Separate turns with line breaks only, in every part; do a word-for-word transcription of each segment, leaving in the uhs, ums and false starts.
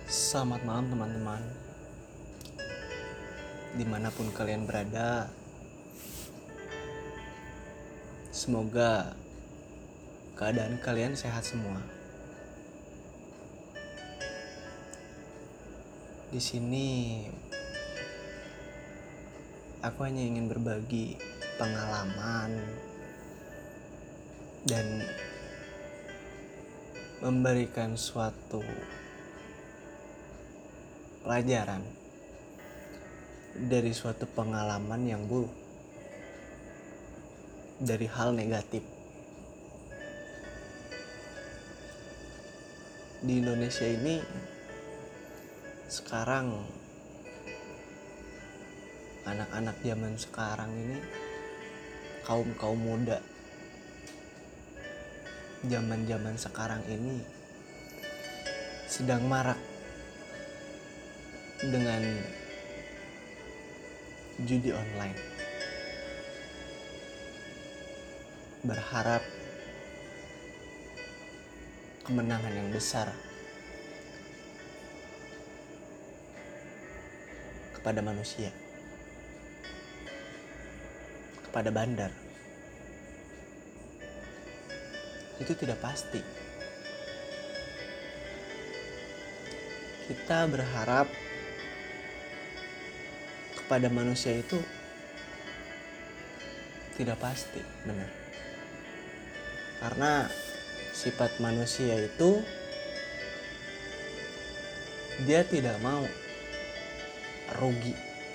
Selamat malam teman-teman. Dimanapun kalian berada, semoga keadaan kalian sehat semua. Di sini aku hanya ingin berbagi pengalaman dan memberikan suatu pelajaran dari suatu pengalaman yang buruk, dari hal negatif. Di Indonesia ini sekarang, anak-anak zaman sekarang ini, kaum-kaum muda zaman-zaman sekarang ini sedang marak dengan judi online, berharap kemenangan yang besar kepada manusia, kepada bandar. Itu tidak pasti. Kita berharap kepada manusia itu tidak pasti, benar. Karena sifat manusia itu dia tidak mau rugi.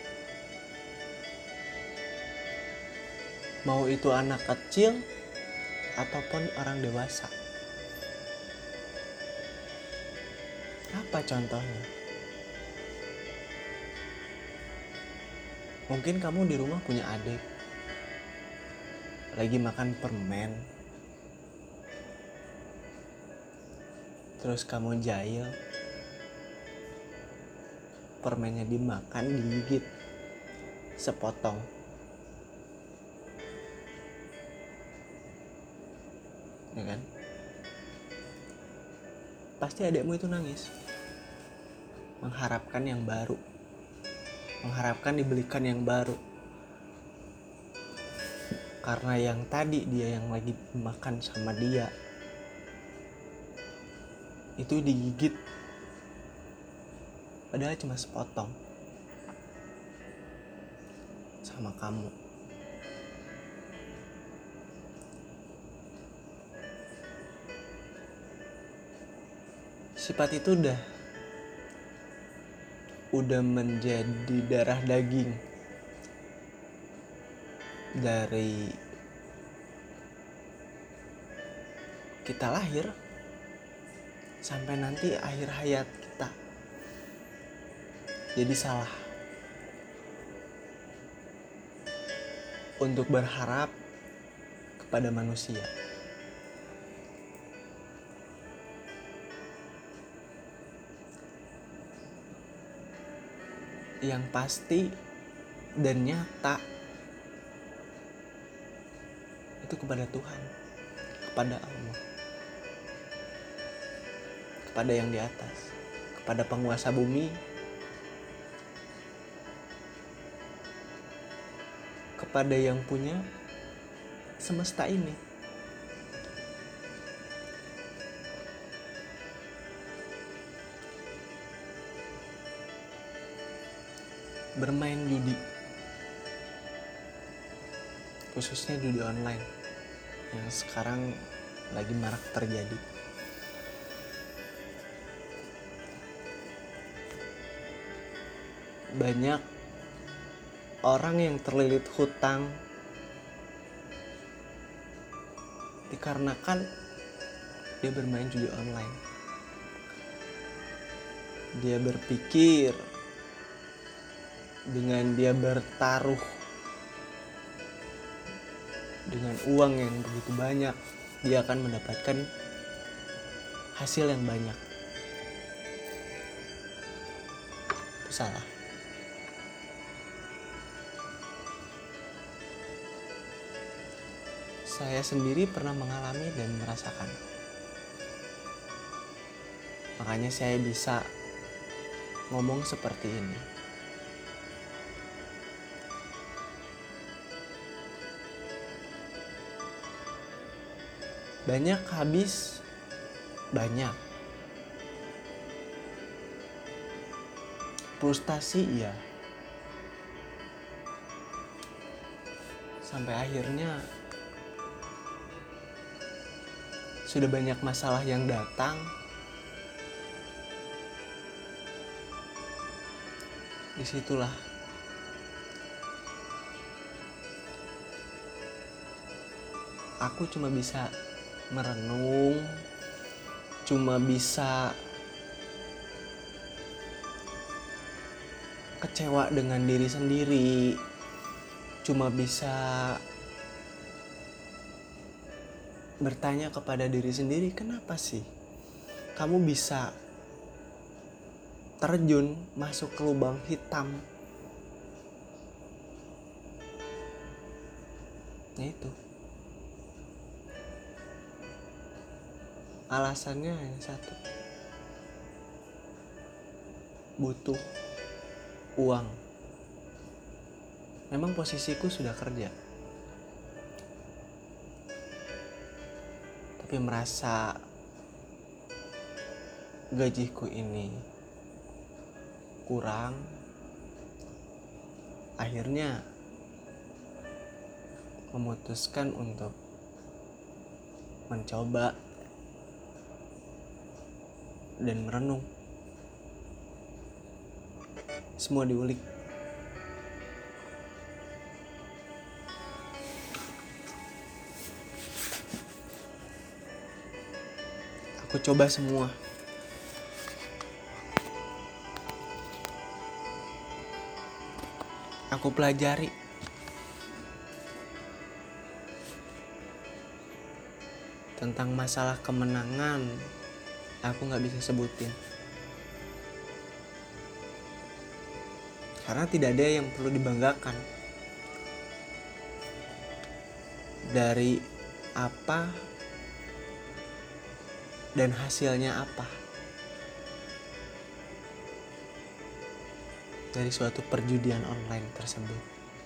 Mau itu anak kecil ataupun orang dewasa. Apa contohnya? Mungkin kamu di rumah punya adik lagi makan permen, terus kamu jahil, permennya dimakan, digigit sepotong. Ya kan? Pasti adikmu itu nangis, mengharapkan yang baru, mengharapkan dibelikan yang baru. Karena yang tadi dia yang lagi makan sama dia itu digigit, padahal cuma sepotong sama kamu. Sifat itu udah udah menjadi darah daging dari kita lahir sampai nanti akhir hayat kita. Jadi salah untuk berharap kepada manusia. Yang pasti dan nyata itu kepada Tuhan, kepada Allah, kepada yang di atas, kepada penguasa bumi, kepada yang punya semesta ini. Bermain judi, khususnya judi online yang sekarang lagi marak terjadi. Banyak orang yang terlilit hutang dikarenakan dia bermain judi online. Dia berpikir dengan dia bertaruh dengan uang yang begitu banyak, dia akan mendapatkan hasil yang banyak. Itu salah. Saya sendiri pernah mengalami dan merasakan. Makanya saya bisa ngomong seperti ini. Banyak habis, banyak. Frustasi iya. Sampai akhirnya sudah banyak masalah yang datang. Disitulah aku cuma bisa merenung, cuma bisa kecewa dengan diri sendiri, cuma bisa bertanya kepada diri sendiri, kenapa sih kamu bisa terjun masuk ke lubang hitam? Nah itu alasannya hanya satu, butuh uang. Memang posisiku sudah kerja, tapi merasa gajiku ini kurang. Akhirnya memutuskan untuk mencoba dan merenung. Semua diulik. Aku coba semua. Aku pelajari. Tentang masalah kemenangan, aku gak bisa sebutin. Karena tidak ada yang perlu dibanggakan. Dari apa dan hasilnya apa. Dari suatu perjudian online tersebut.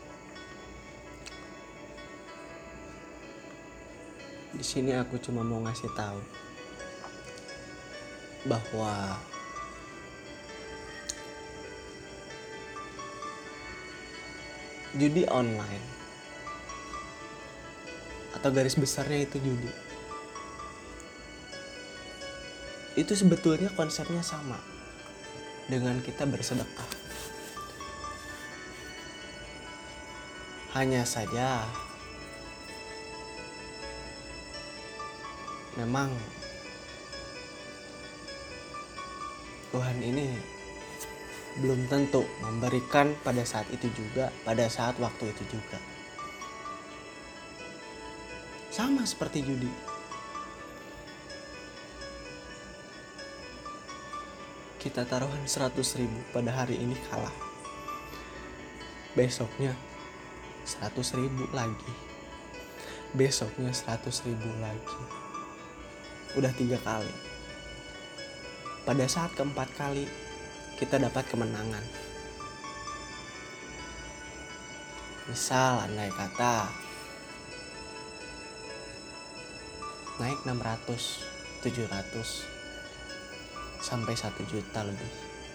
Di sini aku cuma mau ngasih tahu bahwa judi online atau garis besarnya itu judi, itu sebetulnya konsepnya sama dengan kita bersedekah. Hanya saja memang Tuhan ini belum tentu memberikan pada saat itu juga, pada saat waktu itu juga. Sama seperti judi. Kita taruhan seratus ribu pada hari ini kalah. Besoknya seratus ribu lagi. Besoknya seratus ribu lagi. Udah tiga kali. Pada saat keempat kali kita dapat kemenangan. Misal andai kata naik enam ratus, tujuh ratus sampai satu juta lebih.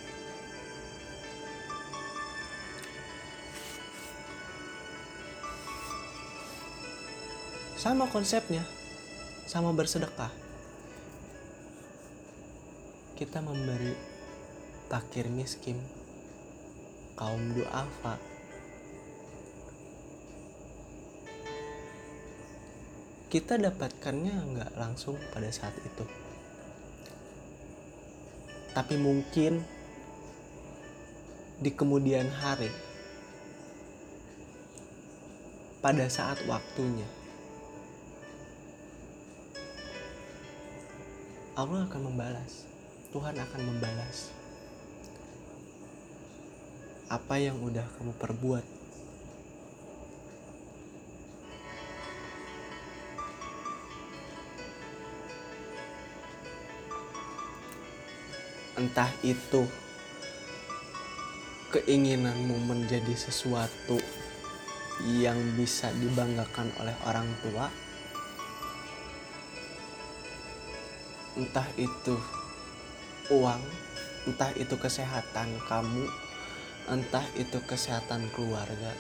Sama konsepnya, sama bersedekah. Kita memberi fakir miskin, kaum duafa, kita dapatkannya nggak langsung pada saat itu, tapi mungkin di kemudian hari, pada saat waktunya, Allah akan membalas. Tuhan akan membalas apa yang udah kamu perbuat. Entah itu keinginanmu menjadi sesuatu yang bisa dibanggakan oleh orang tua, entah itu uang, entah itu kesehatan kamu, entah itu kesehatan keluarga.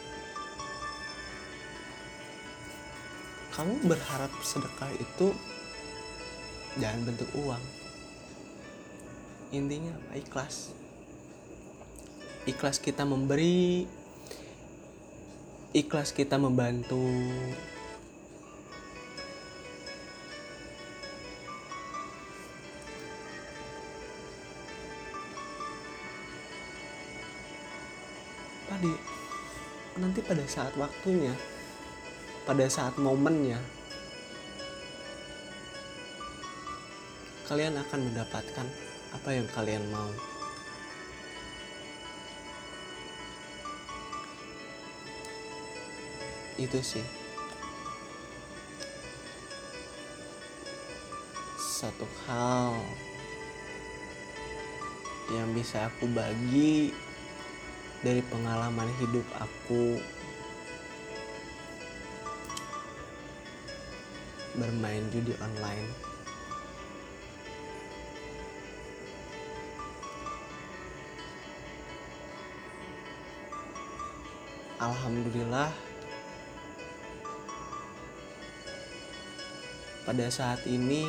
Kamu berharap sedekah itu jangan bentuk uang. Intinya apa? Ikhlas. Ikhlas kita memberi, ikhlas kita membantu. Padi, nanti pada saat waktunya, pada saat momennya, kalian akan mendapatkan apa yang kalian mau. Itu sih satu hal yang bisa aku bagi dari pengalaman hidup aku bermain judi online. Alhamdulillah, pada saat ini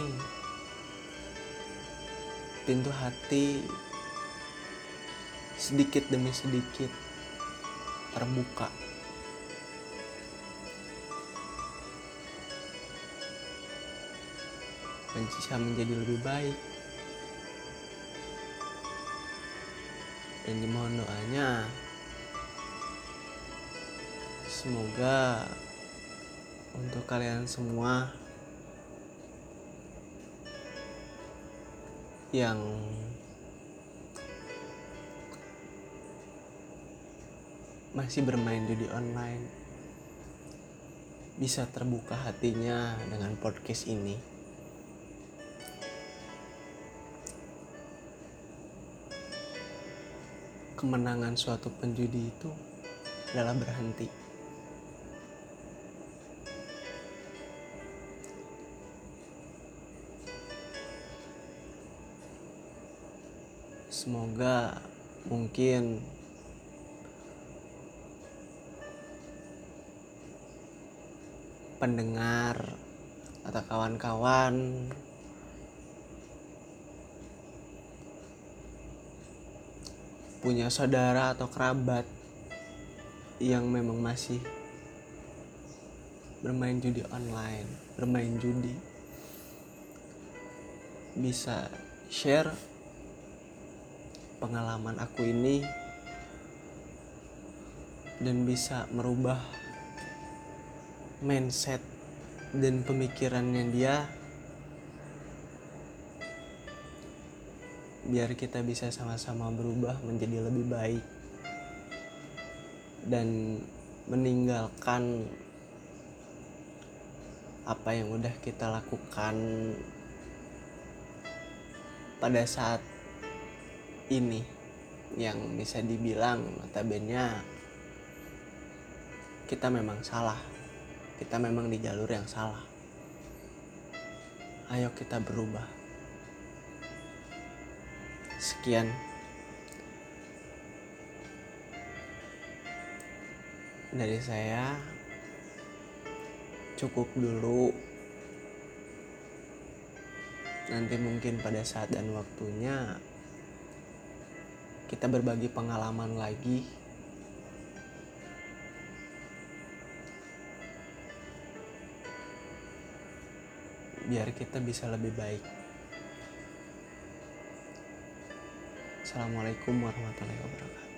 pintu hati sedikit demi sedikit terbuka. Bisa menjadi lebih baik. Dan dimohon doanya, semoga untuk kalian semua yang masih bermain judi online bisa terbuka hatinya dengan podcast ini. Kemenangan suatu penjudi itu adalah berhenti. Semoga mungkin pendengar atau kawan-kawan punya saudara atau kerabat yang memang masih bermain judi online, bermain judi, bisa share pengalaman aku ini dan bisa merubah mindset dan pemikirannya dia, biar kita bisa sama-sama berubah menjadi lebih baik dan meninggalkan apa yang udah kita lakukan pada saat ini, yang bisa dibilang notabene kita memang salah, kita memang di jalur yang salah. Ayo kita berubah. Sekian dari saya, cukup dulu. Nanti mungkin pada saat dan waktunya kita berbagi pengalaman lagi. Biar kita bisa lebih baik. Assalamualaikum warahmatullahi wabarakatuh.